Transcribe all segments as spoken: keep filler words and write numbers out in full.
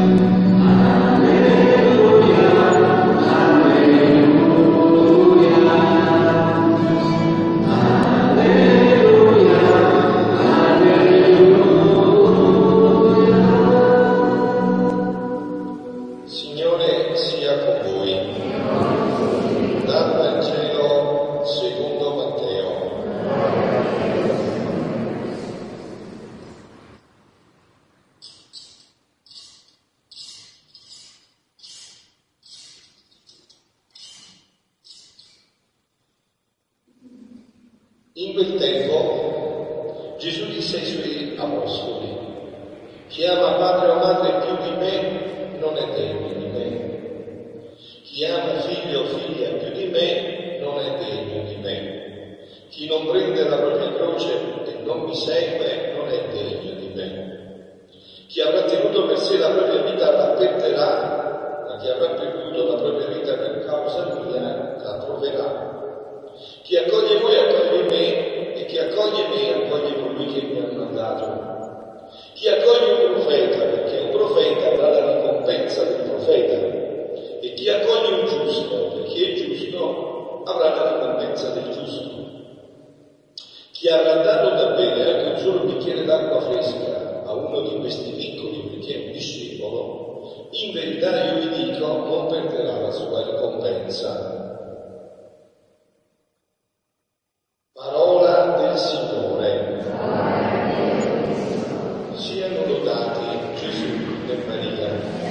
In quel tempo Gesù disse ai suoi apostoli: chi ama padre o madre più di me non è degno di me. Chi ama figlio o figlia più di me non è degno di me. Chi non prende la propria croce e non mi segue non è degno di me. Chi avrà tenuto per sé la propria vita la perderà, ma chi avrà perduto la propria vita per causa mia la troverà. Chi accoglie voi accoglie me, e chi accoglie me accoglie colui che mi ha mandato. Chi accoglie un profeta, perché un profeta avrà la ricompensa del profeta, e chi accoglie un giusto, perché è giusto, avrà la ricompensa del giusto. Chi avrà dato da bere anche un solo bicchiere d'acqua fresca a uno di questi piccoli, perché è un discepolo, in verità io vi dico, non perderà la sua ricompensa. Parola del Signore. Siano lodati Gesù e Maria.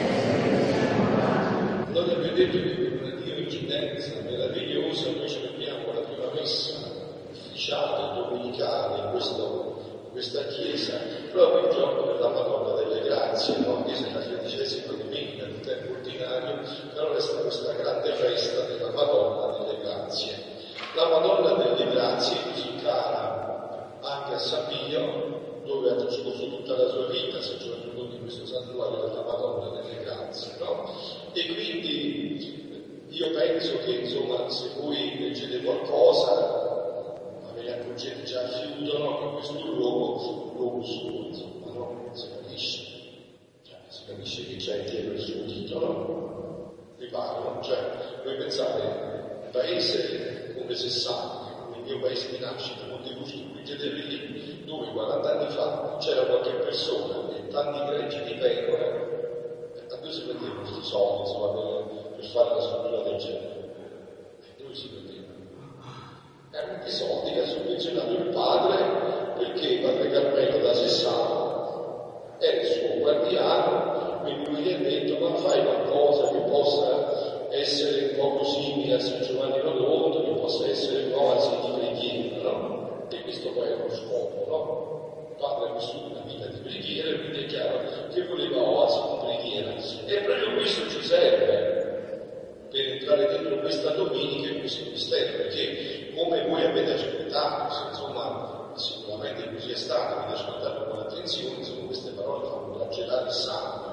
Non abbiamo detto che per una coincidenza meravigliosa noi celebriamo la prima messa ufficiale, domenicale, in, questo, in questa chiesa, proprio il giorno della Madonna delle Grazie, no? Anche se la tredicesima domenica del tempo ordinario, però resta questa grande festa della Madonna delle Grazie. La Madonna delle Grazie, così cara anche a San Pio, dove ha trascorso tutta la sua vita, si è giornato in questo santuario della Madonna delle Grazie, no? E quindi io penso che, insomma, se voi leggete qualcosa, ma ve ne accorgete già a fiuto, no? Che questo luogo, un luogo suo, insomma, no? Si capisce, cioè, si capisce che c'è dietro il suo titolo, vi pare, no? Cioè, voi pensate, un paese come Sessani, come il mio paese di nascita, Montecusco, leggetevi lì, dove quaranta anni fa c'era qualche persona e tanti greggi di pecore, e a dove si prendevano questi soldi, insomma, per, per fare la struttura del genere? E dove si prendevano? Erano quei soldi che ha sovvenzionato il padre, perché il padre Carmelo da Sessano era il suo guardiano, quindi lui gli ha detto: ma fai qualcosa che possa essere un poco simile a San Giovanni Rotondo, che possa essere un'oasi di preghiera, no? E questo poi era lo scopo, no? Il padre ha vissuto una vita di preghiera e quindi è chiaro che voleva oasi di preghiera. E proprio questo ci serve per entrare dentro questa domenica e questo mistero, perché come voi avete ascoltato, se, insomma, sicuramente così è stato, avete ascoltato con attenzione, insomma, queste parole fanno flagellare il sangue.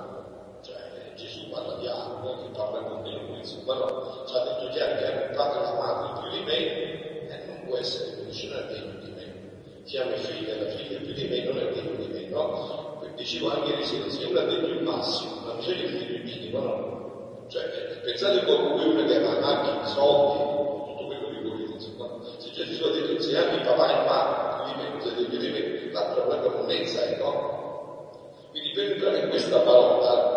Gesù parla di altro, che parla con noi, insomma, no, ci ha detto chiaro che era un padre e una madre più di me, e non può essere, come dice, non è degno di me. Chi ama i figli e la figlia più di me non è degno di me, no? Dicevo anche ieri sera, se uno ha detto il massimo, ma non c'è il figlio il minimo, no? Cioè, pensate come uno che ama anche i soldi, tutto quello che volete, insomma. Se Gesù ha detto, se ami papà e mamma, più di me, non sei degno di me, l'altra propria monnezza è no. Quindi per entrare in questa parola,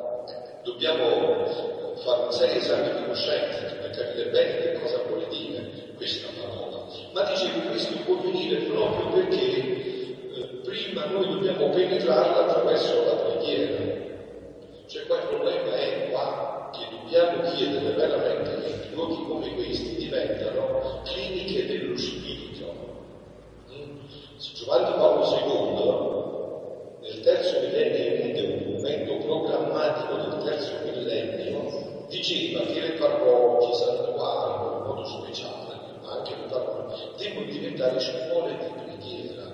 dobbiamo fare un serio esame di coscienza per capire bene che cosa vuole dire questa parola. Ma dicevo, questo può venire proprio perché eh, prima noi dobbiamo penetrarla attraverso la preghiera. Cioè qua il problema è qua che dobbiamo chiedere veramente che luoghi come questi diventano cliniche dello spirito. Mm? Giovanni Paolo secondo nel terzo millennio, un momento programmatico del terzo millennio, diceva che le parrocchie, i santuari, in modo speciale, ma anche le parrocchie, devono diventare scuole di preghiera,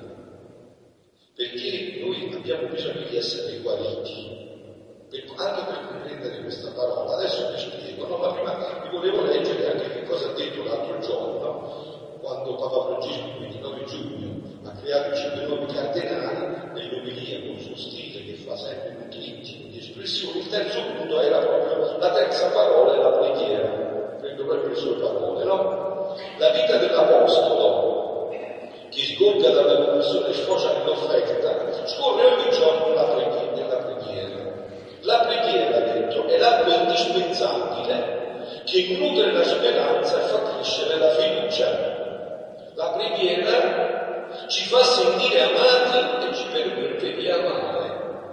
perché noi abbiamo bisogno di essere guariti, per, anche per comprendere questa parola. Adesso vi spiego, no? Ma prima vi volevo leggere anche che cosa ha detto l'altro giorno, quando Papa Francesco, il ventinove giugno, ha creato i cinque nuovi cardinali, nell'omelia con il suo stile che fa sempre un trittico di espressioni, Il terzo punto era proprio la terza parola è la preghiera. Prendo proprio le sue parole, no? La vita dell'Apostolo, che sgorga dalla confessione e sfocia nell'offerta, scorre ogni giorno nella preghiera. Nella preghiera. La preghiera, ha detto, è l'acqua indispensabile che nutre la speranza e fa crescere la fiducia. La preghiera ci fa sentire amati e ci permette di amare.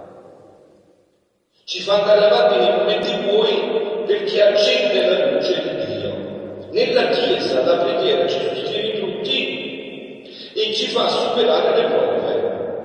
Ci fa andare avanti nei momenti buoi perché accende la luce di Dio. Nella Chiesa la preghiera ci sostiene tutti e ci fa superare le prove.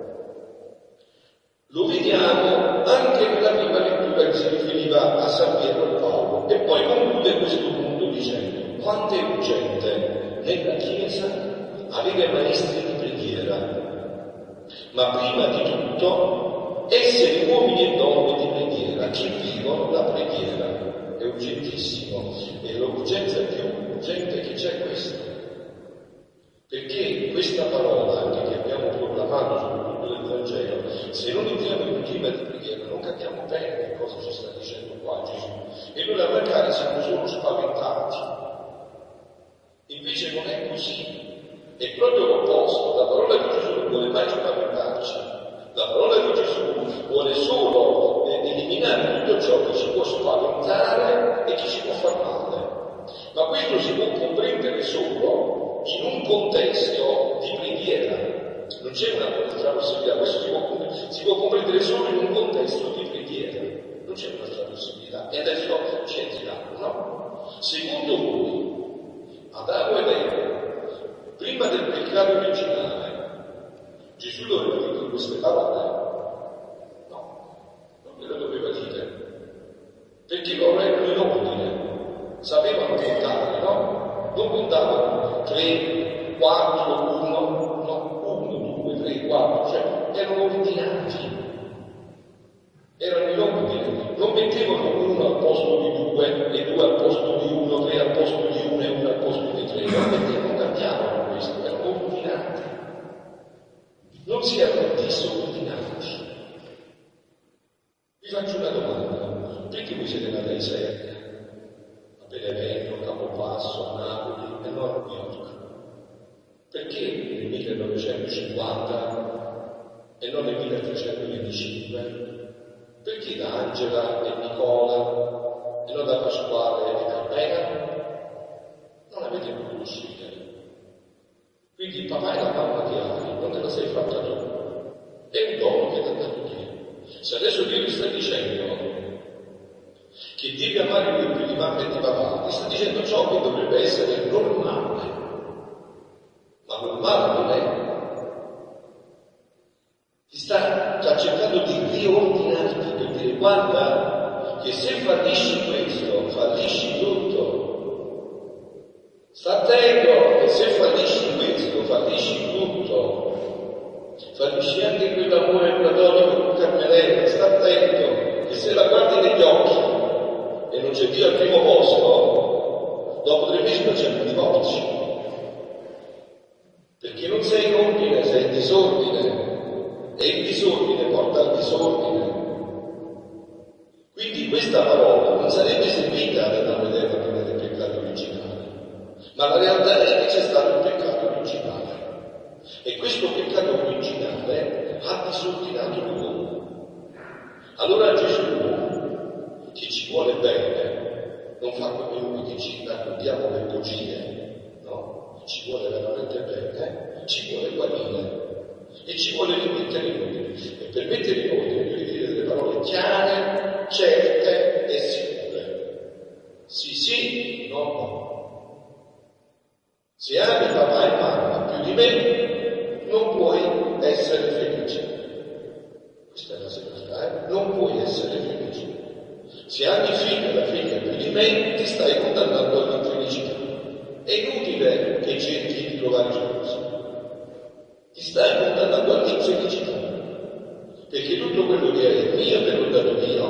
Lo vediamo anche nella prima lettura che si riferiva a San Pietro e Paolo. E poi conclude questo punto dicendo: quanto è urgente nella Chiesa avere maestri di preghiera, ma prima di tutto essere uomini e donne di preghiera che vivono la preghiera. È urgentissimo, e l'urgenza più urgente che c'è è questa, perché questa parola anche che abbiamo proclamato soprattutto del Vangelo, se non entriamo in un clima di preghiera non capiamo bene che cosa ci sta dicendo qua Gesù, e noi da magari siamo solo spaventati. Invece non è così. È proprio l'opposto. La parola di Gesù non vuole mai spaventarci. La parola di Gesù vuole solo eliminare tutto ciò che ci può spaventare e che ci può far male. Ma questo si può comprendere solo in un contesto di preghiera. Non c'è una altra possibilità. Questo si può, si può comprendere solo in un contesto di preghiera. Non c'è un'altra possibilità. E adesso ci entriamo, no? Secondo voi, Adamo ed Eva, prima del peccato originale, Gesù doveva dire queste parole? No, non le doveva dire, perché loro erano in ordine, sapevano contare, no? Non contavano tre, quattro, uno, no, uno, due, tre, quattro, cioè erano ordinati, erano in ordine, non mettevano uno al posto di due, e due al posto di uno, tre al posto di uno e uno al posto di tre, non mettevano, cambiavano questo, erano ordinati. Non si erano disordinati. Vi faccio una domanda: perché voi siete nata in Serbia, a Benevento, a Campobasso, a Napoli e non a New York? Perché nel millenovecentocinquanta e non nel milletrecentoventicinque? Perché da Angela e Nicola e non da Pasquale e Carmela? Non avete potuto scegliere. Quindi il papà e la mamma che hai non te la sei fatta tu, è un dono che ti ha dato Dio. Se adesso Dio ti sta dicendo che devi amare lui più di mamma e di papà, ti sta dicendo ciò che dovrebbe essere normale, ma normale non è. Ti sta, sta cercando di riordinarti per dire: guarda che se fallisci questo, fallisci tutto. Sta attento che se fallisci questo, fallisci tutto. Fallisci anche quell'amore platonico con Carmeletta. Sta attento che se la guardi negli occhi e non c'è Dio al primo posto, dopo tre mesi non c'è più divorzio. Perché non sei in ordine, sei in disordine. E il disordine porta al disordine. Quindi questa parola non sarebbe servita ad Adamo ed Eva prima del peccato originale, ma la realtà è che c'è stato il peccato originale. E questo peccato originale ha disordinato l'uomo. Allora Gesù, che ci vuole bene, non fa come noi che ci raccontiamo le bugie, no? Ci vuole veramente bene, ci vuole guarire. E ci vuole rimettere in ordine. E per mettere in ordine bisogna dire delle parole chiare, certe e sicure. Sì, sì, no, no. Se ami papà e mamma più di me, non puoi essere felice. Questa è la seconda, eh? Non puoi essere felice. Se ami figlio e la figlia più di me, ti stai condannando all'infelicità. È inutile che cerchi di trovare scusa. Ti stai condannando all'infelicità, perché tutto quello che è mio te l'ho dato Dio,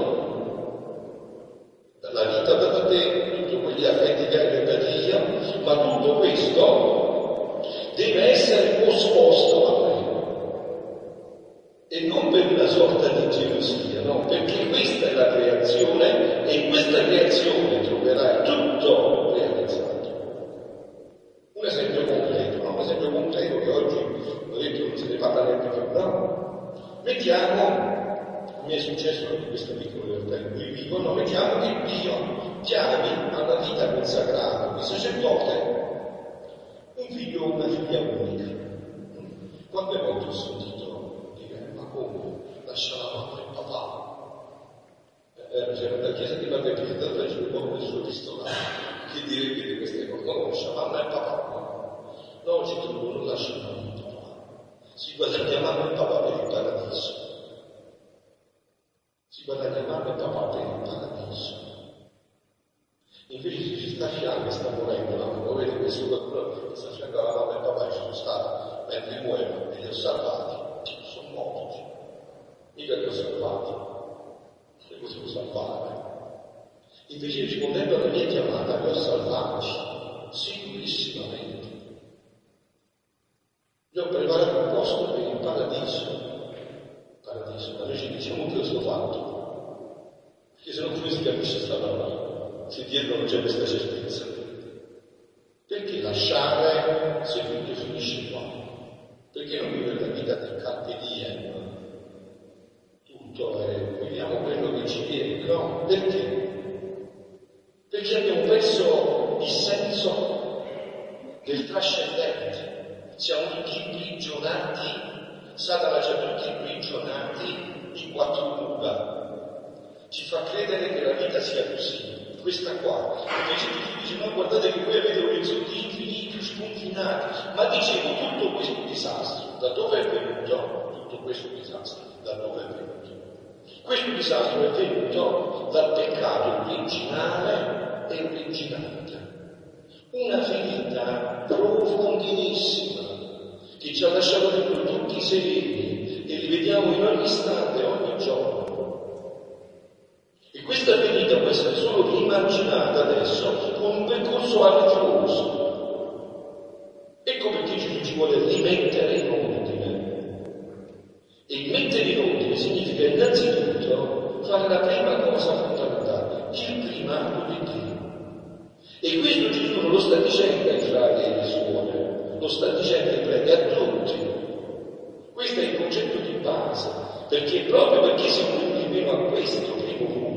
la vita data a te, tutti quegli affetti che hai per dati io, ma tutto questo deve essere posposto a me, e non per una sorta di gelosia, no, perché questa è la creazione. mi è successo in questa piccola realtà in cui vivo, noi vediamo che Dio chiami alla vita consacrata di sacerdote un figlio o una figlia unica. Quante volte ho sentito dire, ma come lascia la mamma e il papà? Eh, c'era la chiesa di Padre Pio, da c'è un po' del suo epistolato che direbbe di queste cose, no, lascia mamma e papà, no, no, ci trovo, non lascia mamma e papà, si guadagna mamma e papà per il paradiso, si guadagna mamma e papà per il paradiso. Invece se ci sta a fianco e sta morendo, no? Lo vedi questo qualcuno che sta a fianco alla mamma e papà, ci sono stati mentre muoiono e li ho salvati, sono morti, mica li ho salvati, li potevo salvare. Invece rispondendo alla mia chiamata, li ho salvati sicurissimamente. Gli ho preparato un posto per il paradiso. Paradiso, ma noi ci diciamo che lo sto fatto, perché se no come si capisce sta parola? Se dietro non c'è questa certezza. Perché lasciare se tutto finisce qua? Perché non vivere la vita del carpe diem? Tutto è, viviamo quello che ci viene, no? Perché? Perché abbiamo perso il senso del trascendente. Siamo tutti imprigionati, Satana ci ha tutti imprigionati in quattro mura. Ci fa credere che la vita sia così. Questa qua, invece ti dice, no, guardate che voi avete orizzonti infiniti, sconfinati, ma dicevo, tutto questo disastro, da dove è venuto? Tutto questo disastro, da dove è venuto? Questo disastro è venuto dal peccato originale e originante. Una ferita profondissima, che ci ha lasciato dentro tutti i sereni, e li vediamo in ogni istante, ogni giorno. E questa ferita può essere solo rimarginata adesso con un percorso arduoso. Ecco perché Gesù ci vuole rimettere in ordine. E mettere in ordine significa innanzitutto fare la prima cosa fondamentale, il primato di Dio. E questo Gesù non lo sta dicendo ai frati e alle suore, lo sta dicendo ai preti, a tutti. Questo è il concetto di base, perché proprio perché siamo venuti meno a questo primo punto,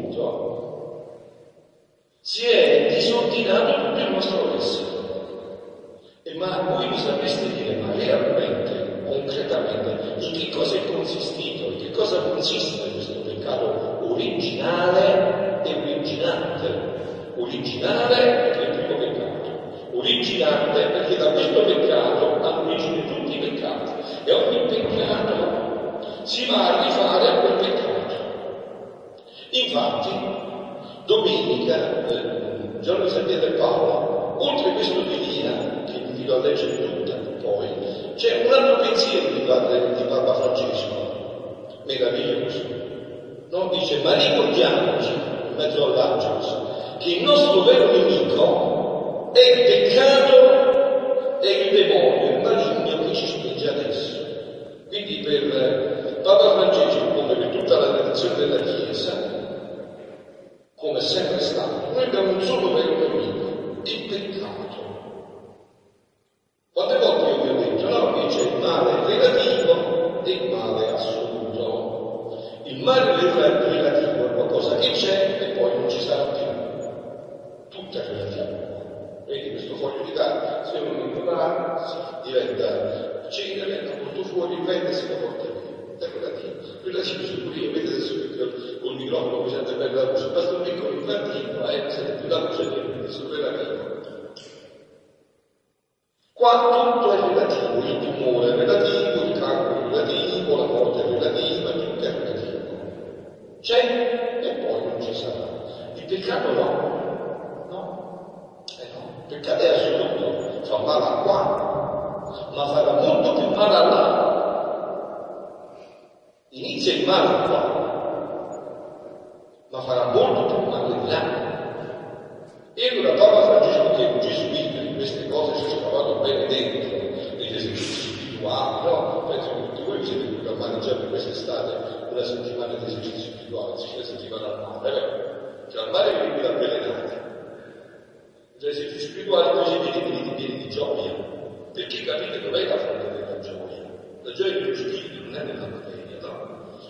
si è disordinato tutto il nostro essere. E ma voi mi sapreste dire, ma realmente, concretamente, in che cosa è consistito, in che cosa consiste questo peccato originale e originante? Originale perché è il primo peccato, originante perché da questo peccato hanno origine tutti i peccati, e ogni peccato si va a rifare a quel peccato. Infatti, domenica, eh, giorno di San Pietro e Paolo, oltre questo di Lia, che vi invito a leggere tutta poi, c'è un altro pensiero di, padre, di Papa Francesco, meraviglioso. No? Dice, ma ricordiamoci, in mezzo all'Angelus, che il nostro vero nemico è il peccato e il demonio, il maligno che ci spinge adesso. Quindi per Papa Francesco, come per tutta la tradizione della Chiesa, come è sempre stato, noi abbiamo un solo vero nemico, il peccato. Quante volte io vi ho detto, no, che c'è il male relativo e il male assoluto. Il male relativo è qualcosa che c'è e poi non ci sarà più. Tutto è relativo. Vedi questo foglio di carta, se uno mi prepara, diventa cenere, la porto fuori, prende e se lo porta via. È relativo. Relativo su pure io, vedete adesso che col microfono mi sente bene la luce, basta un piccolo infantino, eh, non sente più la luce di sul relativo. Qua tutto è relativo, il tumore è relativo, il cancro è relativo, la morte è relativa, tutto è relativo. C'è e poi non ci sarà. Il peccato no. Il peccato è assoluto, fa male a qua, ma farà molto più male a là. Inizia il male qua, ma farà molto più male là. E allora Papa Francesco, che è un gesuita, in queste cose ci ha trovato bene dentro, negli esercizi spirituali, no? Penso che tutti voi vi siete programmati già per quest'estate una settimana di esercizi spirituali, sì, la settimana al mare, vero? Cioè al mare vi venite avvelenati. Gli esercizi spirituali poi siete veniti pieni di gioia, perché capite dov'è la fonte della gioia? La gioia dello spirito non è nella materia, no?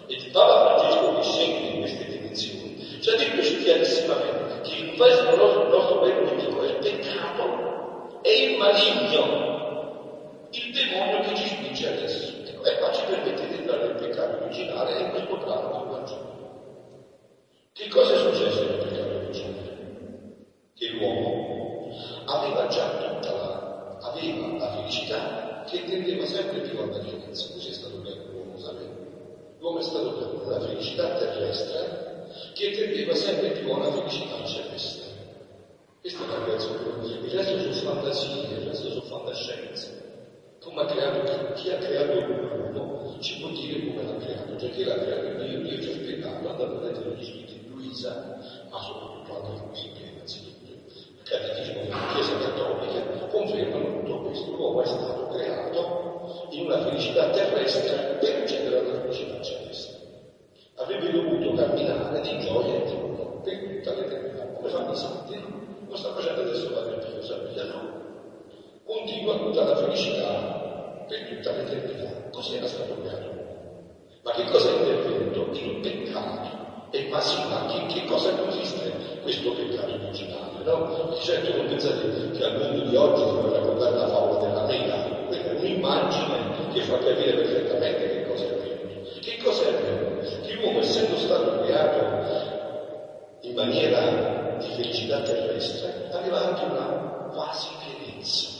E il Papa Francesco, che scende in queste dimensioni, ci ha detto chiarissimamente che il nostro, il nostro vero nemico è il peccato e il maligno, il demonio che ci spinge adesso. Ecco, e qua ci permette di entrare nel peccato originale e in questo brano del Vangelo. Che cosa è successo nel peccato originale? Che l'uomo aveva già tutta la, aveva la felicità che tendeva sempre più alla violenza. Così è stato creato l'uomo, sapete? L'uomo è stato creato con una felicità terrestre che tendeva sempre più a una felicità celeste. Questa è la creazione. Il resto sono fantasie, il resto sono fantascienze. Come ha creato chi, chi ha creato l'uomo ci può dire come l'ha creato, cioè chi l'ha creato Dio, Dio ci ha spiegato, andate a leggere gli scritti di Luisa, ma soprattutto anche qui innanzitutto il catechismo della Chiesa Cattolica confermano tutto questo. L'uomo è stato creato in una felicità terrestre per accedere alla felicità celeste. Avrebbe dovuto camminare di gioia e gioia per tutta l'eternità, come fanno i santi, no? Lo sta facendo adesso Padre Pio, sapete, no? Continua tutta la felicità per tutta l'eternità. Così era stato creato. Ma che cosa è intervenuto? Il peccato. E ma sì, ma che, che cosa consiste questo peccato originale? No? E certo non pensate che al mondo di oggi si vuole raccontare la favola della mela, quella è un'immagine che fa capire perfettamente che cosa è avvenuto. Che cosa è avvenuto? Che l'uomo, essendo stato creato in maniera di felicità terrestre, aveva anche una quasi pienezza.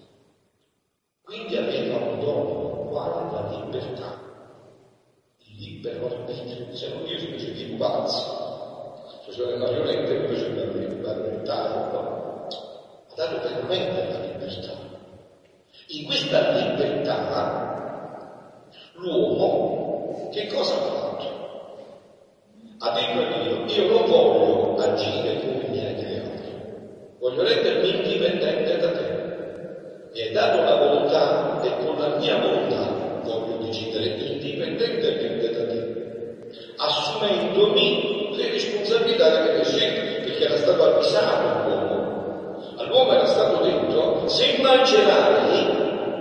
Quindi aveva un dono quale la libertà, il libero arbitrio. Se non io invece di ugualzi, se sono una violenta invece di parlamentare, no? Ha dato veramente la libertà. In questa libertà l'uomo che cosa ha fatto? Ha detto a Dio: io non voglio agire come mi hai creato, voglio rendermi indipendente da te. Mi hai dato la volontà e con la mia volontà voglio decidere indipendentemente da te, assumendomi le responsabilità delle mie scelte, perché era stato avvisato all'uomo. All'uomo era stato detto: se mangerai,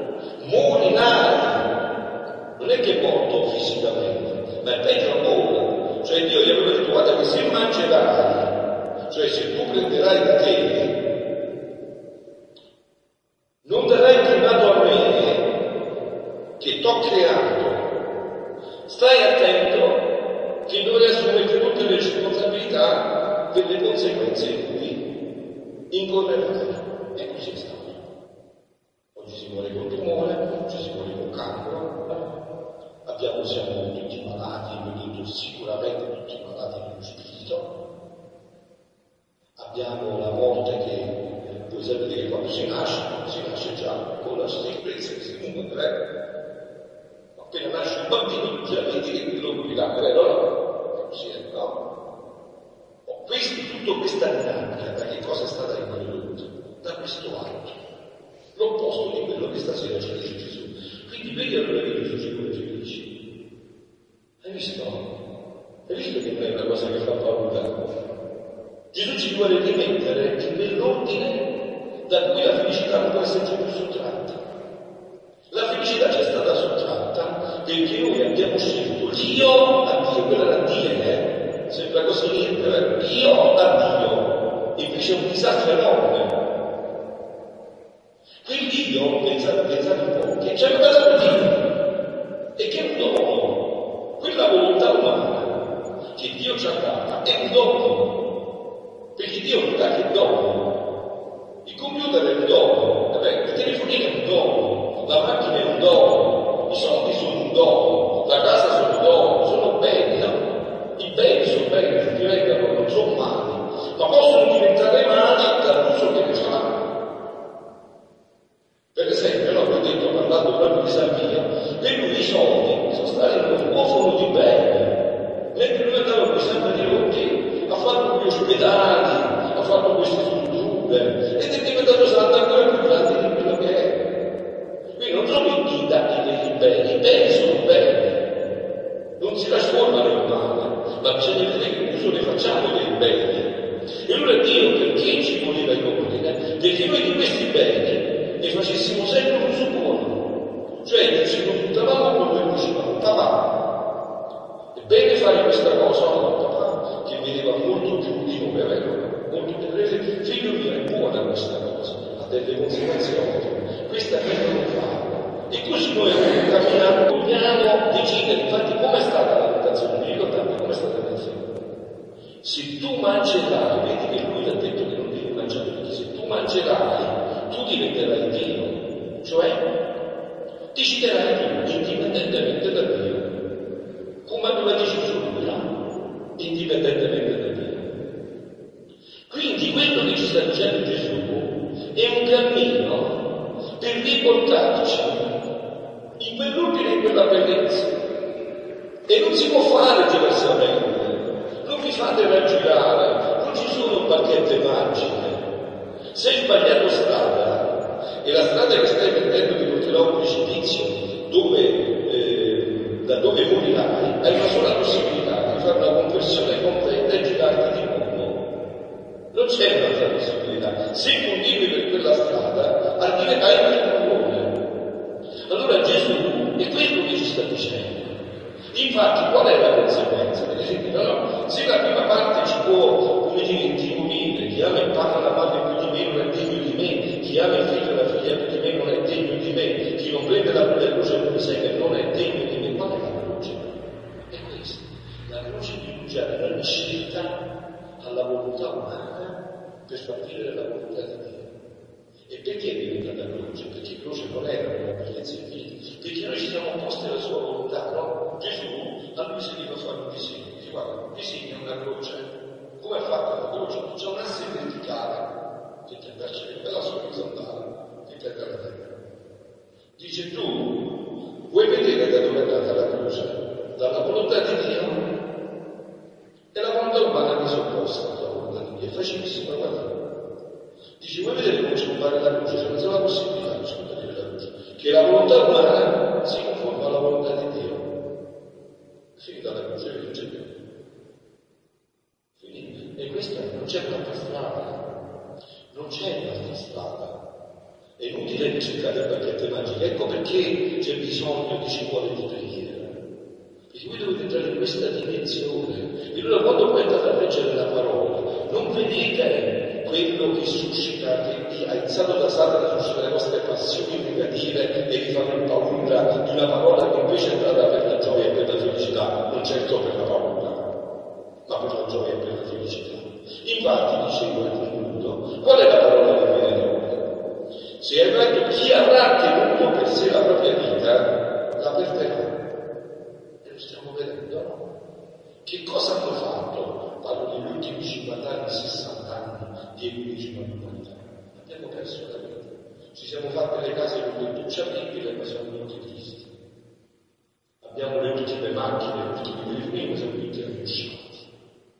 morirai. Non è che è morto fisicamente, ma è peggio ancora. Cioè Dio gli aveva detto: guarda che se mangerai, cioè se tu prenderai da te, non darai primato a me, che t'ho creato. Stai attento che dovrai assumerti tutte le responsabilità delle conseguenze in cui incorrerai. E così è stato. Oggi si muore col tumore, oggi si muore col cancro, abbiamo, siamo tutti malati, venuto sicuramente tutti malati dello spirito. Abbiamo la morte che voi sapete che quando si nasce, si nasce già con la certezza che si muore. Appena nasce un bambino, già vedi che lo morirà, vero? No? Così è, no? Oh, questo, tutta questa dinamica, da che cosa è stata riprodotta? Da questo atto, l'opposto di quello che stasera ci dice Gesù. Quindi vedi allora che Gesù ci vuole felici. Hai visto? Hai visto che non è una cosa che fa paura? Gesù ci vuole rimettere nell'ordine da cui la felicità non può essere più sottratta. La felicità ci è stata sottratta perché noi abbiamo scelto l'io a Dio, quella era Dio, eh? Sembra così niente, vero? Io a Dio, invece è un disastro enorme. Quindi io, pensate, pensate un po', che c'è una cosa Dio, e che è un dono, quella volontà umana che Dio ci ha data è un dono, perché Dio non dà che dono. Il computer è un dono, vabbè, il telefonino è un dono, la macchina è un dono, i soldi sono un dono, la casa sono un dono, sono beni, no? I beni sono beni, diventano, non sono mali, ma possono diventare mali dall'uso che ne fanno. Per esempio, no, vi ho detto, parlando proprio di San Pio, per lui i soldi sono stati un uovo di bene, mentre lui andava con sempre di rotti, ha fatto gli ospedali, ha fatto queste strutture, ed è diventato santo ancora più grande di quello che è. Quindi non sono i dati degli beni, i beni sono beni, non si trasformano in male, ma bisogna vedere che uso ne facciamo dei beni. E allora Dio perché ci voleva in ordine? Perché noi di questi beni ne facessimo sempre un uso buono, cioè che ci consultavamo con noi dicevamo: papà, se tu mangerai, vedi che lui ti ha detto che non devi mangiare, perché se tu mangerai, tu diventerai Dio, cioè deciderai tu indipendentemente da Dio, come aveva deciso lui, no? Indipendentemente da Dio. Quindi quello che ci sta dicendo Gesù è un cammino per riportarci in quell'ordine e in quella bellezza. E non si può fare diversamente. Non vi fate raggirare, non ci sono bacchette magiche. Se hai sbagliato strada, e la strada che stai prendendo ti porterà a un precipizio dove, eh, da dove morirai, hai una sola possibilità di fare una conversione completa e girarti di nuovo. Non c'è un'altra possibilità. Se continui per quella strada, arriverai nel pallone. Allora Gesù è quello che ci sta dicendo. Infatti, qual è la conseguenza? Per esempio, no? Se la prima parte ci può, come dire, intimorire, chi ama il padre e la madre più di me non è degno di me, chi ama il figlio e la figlia più di me non è degno di me, chi non prende la propria croce non mi segue non è degno di me. Qual è la croce? È questa, la croce di rinunciare alla scelta alla volontà umana per far vivere la volontà di Dio. E perché è diventata croce? Perché croce non era una bellezza infinita, perché noi ci siamo opposti alla sua volontà, no? Gesù a lui si deve fare un disegno, dice guarda, disegna una croce, come è fatta la croce? C'è un asse verticale che tende al cielo e l'asse orizzontale che tende alla terra. Dice tu, vuoi vedere da dove è nata la croce? Dalla volontà di Dio e la volontà umana che si opposta alla volontà di Dio, è facilissimo, guarda. Dice, vuoi vedere come scompare la croce? C'è una possibilità di scomparire la croce, che la volontà umana si conforma alla volontà di Dio. Finita la croce non c'è più. Finita. E questa non c'è un'altra strada. Non c'è un'altra strada. È inutile che cercate bacchette magiche. Ecco perché c'è bisogno che ci vuole di preghiera. Perché voi dovete entrare in questa dimensione. E allora quando poi andate a leggere la parola, non vedete quello che suscita, che ha iniziato da Satana, suscita le vostre passioni negative e vi fa più paura di una parola che invece è entrata per la gioia e per la felicità, non certo per la paura, ma per la gioia e per la felicità. Infatti, dicevo e concludo, qual è la parola che viene dopo? Se è detto chi avrà tenuto per sé la propria vita, la perderà. E lo stiamo vedendo, no? Che cosa hanno fatto? Parlo degli ultimi cinquanta anni, sessanta anni di egoismo all'umanità. Abbiamo perso la vita. Ci siamo fatti le case con lettuccia biblia, ma siamo venuti tristi. Abbiamo le ultime macchine, le ultime telefoni, ma siamo tutti angosciati.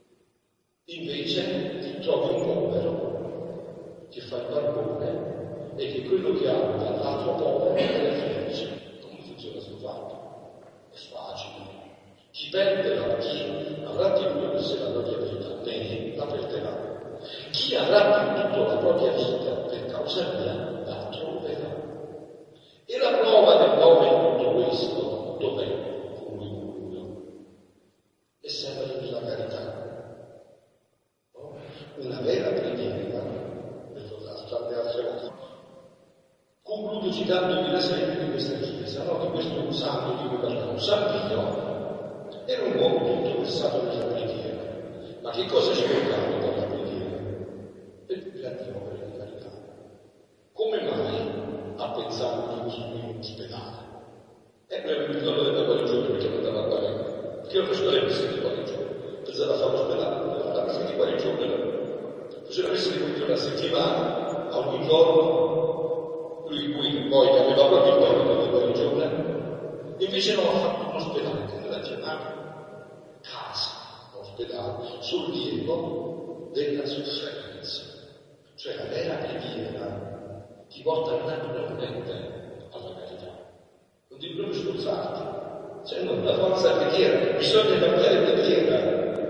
Invece ti trovi un povero che fa il barbone e che quello che ha dall'altro povero è felice. Come funziona questo fatto? È facile. Chi perde la chi avrà tenuto per sé la propria vita, bene, la perderà. Chi avrà perduto la propria vita per causa mia, la troverà. E la prova del nome in tutto questo, dov'è? Come concludo? È sempre nella carità. No? Una vera preghiera, per tante altre cose. Concludo citandovi l'esempio di questa chiesa, no? Di questo santo di cui parliamo, San Pio. Era un uomo tutto versato nella preghiera. Ma che cosa ci portava dalla preghiera? Per grandi opere di carità. Come mai ha pensato di costruire un ospedale? E noi abbiamo bisogno della guarigione perché non andava a guarire. Perché non faceva le messe di guarigione. Pensava a fare l'ospedale, non faceva la messa di guarigione. Faceva la messa di guarigione a settimana, a ogni giorno. Lui, lui poi aveva proprio il dono di guarigione. Invece non ha fatto un ospedale, come la chiamava? Casa, ospedale, sollievo della sofferenza. Cioè la vera preghiera ti porta naturalmente alla carità. Non devi proprio sforzarti. Cioè non la forza preghiera, bisogna cambiare preghiera.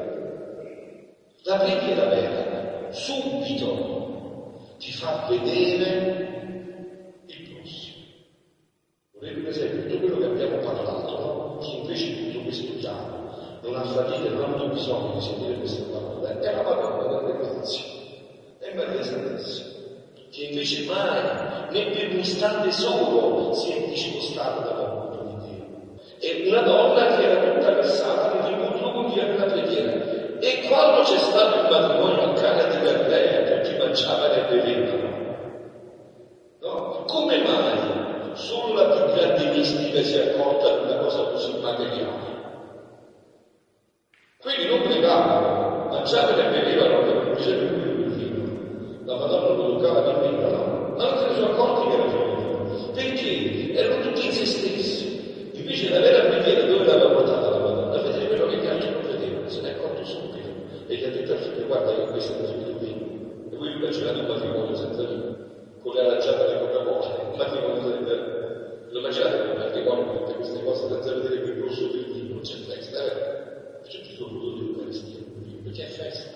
La preghiera vera, subito, ti fa vedere il prossimo. Vorrei un esempio, tutto quello che abbiamo parlato, no? Chi invece tutto questo piano non ha fatica, non ha avuto bisogno di sentire queste parole, è la Madonna delle grazie, è Maria Santissima, che invece mai, né per un istante solo, si è discostata dalla volontà di Dio. È una donna che era tutta versata nel mondo con via della preghiera. E quando quando c'è stato il matrimonio a Cana di Galilea, tutti mangiavano e bevevano. No? Come mai solo la più grande mistica si è accorta di una cosa così materiale? Quindi non pregavano, mangiavano e bevevano, avevano bisogno di quello del vino. La Madonna non toccava il vino, no? Ma non se ne sono accorti che era finito. Perché? Erano tutti in se stessi. Invece la vera preghiera dove l'aveva portata la Madonna? A vedere quello che gli altri non vedevano, se ne è accorto subito. E gli ha detto al figlio: guarda che questo è il vino. E voi immaginate un matrimonio senza vino, con le arrangiate di Coca-Cola, un matrimonio senza vino. Lo immaginate un matrimonio con tutte queste cose senza vedere quel rosso del vino, non c'è festa, vero? Perciò ci sono voluto l'Eucaristia, perché è festa.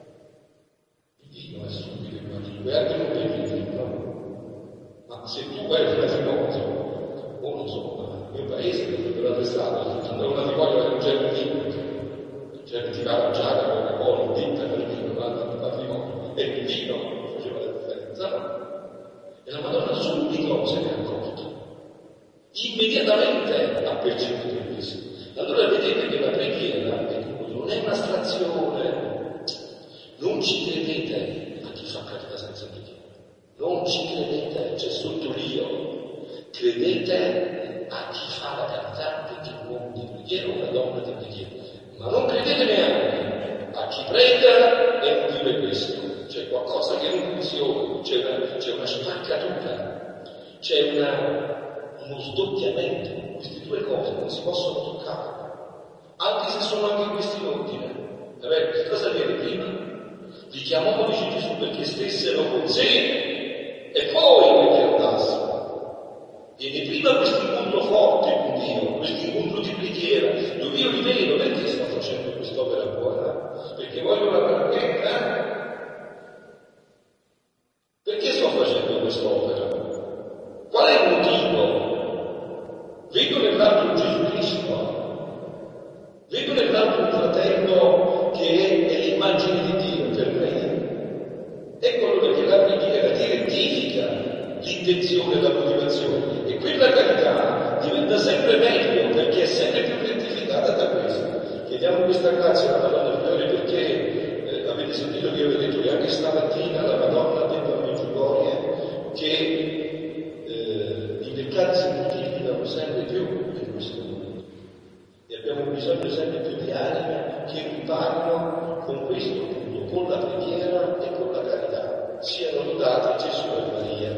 Il vino è subito il matrimonio, e anche non bevi il vino, no? Ma se tu vai al matrimonio, o non so, nel mio paese, per la strada, andava un matrimonio che non c'era il vino, cioè che ti va a mangiare la Coca-Cola, un ditta per il vino, vanno al matrimonio, e il vino faceva la differenza, no? E la Madonna subito se ne è accorta, immediatamente ha percepito questo. Allora vedete che la preghiera non è un'astrazione, non ci credete a chi fa carità senza preghiera, non ci credete, c'è sottolineo, credete a chi fa la carità perché è un uomo di preghiera o una donna di preghiera, ma non credete neanche a chi prega e non vive questo, c'è qualcosa che non funziona, c'è una, c'è una spaccatura, c'è una, uno sdoppiamento. Queste due cose non si possono toccare, anche se sono anche in questi ordine. Che cosa viene prima? Li chiamò, dice Gesù, perché stessero con sé e poi perché andassero. Viene prima questo incontro forte con Dio, questo incontro di preghiera, dove io li vedo perché sto facendo quest'opera buona? Perché voglio la grandezza? Perché sto facendo quest'opera? Qual è il motivo? Vedo nell'altro Gesù Cristo, vedo nell'altro un fratello che è l'immagine di Dio per me. Ecco allora che la preghiera ti rettifica l'intenzione e la motivazione, e quella carità diventa sempre meglio perché è sempre più rettificata da questo. Chiediamo questa grazia alla Madonna Fiore perché eh, avete sentito che io vi ho detto che anche stamattina la Madonna ha detto a Medjugorje che eh, i peccati si moltiplicano sempre più in questo mondo e abbiamo bisogno sempre più di anime che riparino con questo punto, con la preghiera e con la carità. Siano lodati Gesù e Maria.